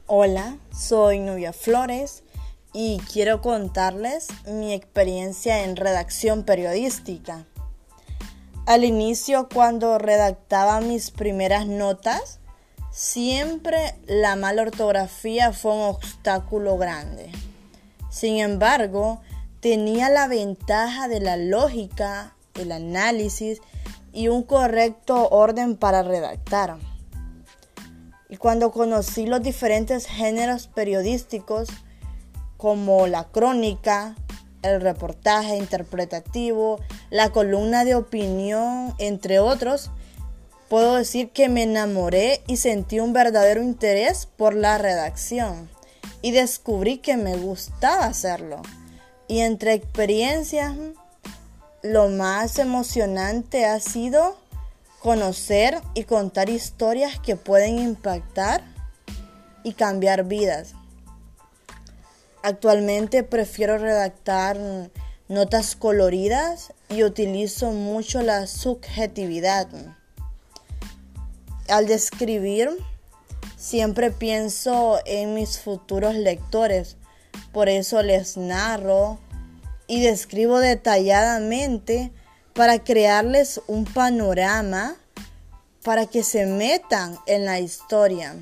Hola, soy Nubia Flores y quiero contarles mi experiencia en redacción periodística. Al inicio, cuando redactaba mis primeras notas, siempre la mala ortografía fue un obstáculo grande. Sin embargo, tenía la ventaja de la lógica, el análisis y un correcto orden para redactar. Y cuando conocí los diferentes géneros periodísticos como la crónica, el reportaje interpretativo, la columna de opinión, entre otros, puedo decir que me enamoré y sentí un verdadero interés por la redacción y descubrí que me gustaba hacerlo. Y entre experiencias, lo más emocionante ha sido conocer y contar historias que pueden impactar y cambiar vidas. Actualmente prefiero redactar notas coloridas y utilizo mucho la subjetividad. Al describir, siempre pienso en mis futuros lectores, por eso les narro y describo detalladamente para crearles un panorama para que se metan en la historia.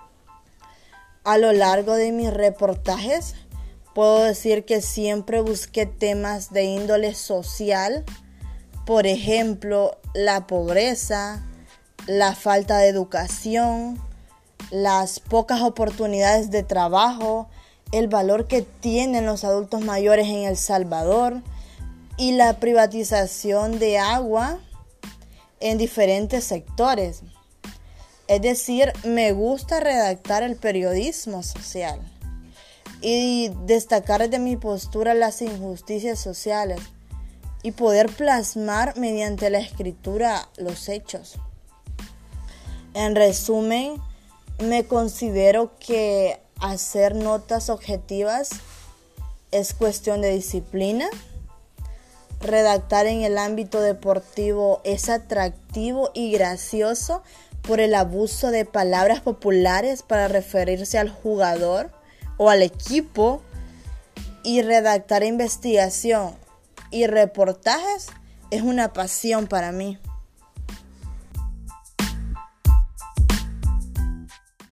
A lo largo de mis reportajes, puedo decir que siempre busqué temas de índole social, por ejemplo, la pobreza, la falta de educación, las pocas oportunidades de trabajo, el valor que tienen los adultos mayores en El Salvador y la privatización de agua en diferentes sectores. Es decir, me gusta redactar el periodismo social y destacar de mi postura las injusticias sociales y poder plasmar mediante la escritura los hechos. En resumen, me considero que hacer notas objetivas es cuestión de disciplina. Redactar en el ámbito deportivo es atractivo y gracioso por el abuso de palabras populares para referirse al jugador o al equipo. Y redactar investigación y reportajes es una pasión para mí.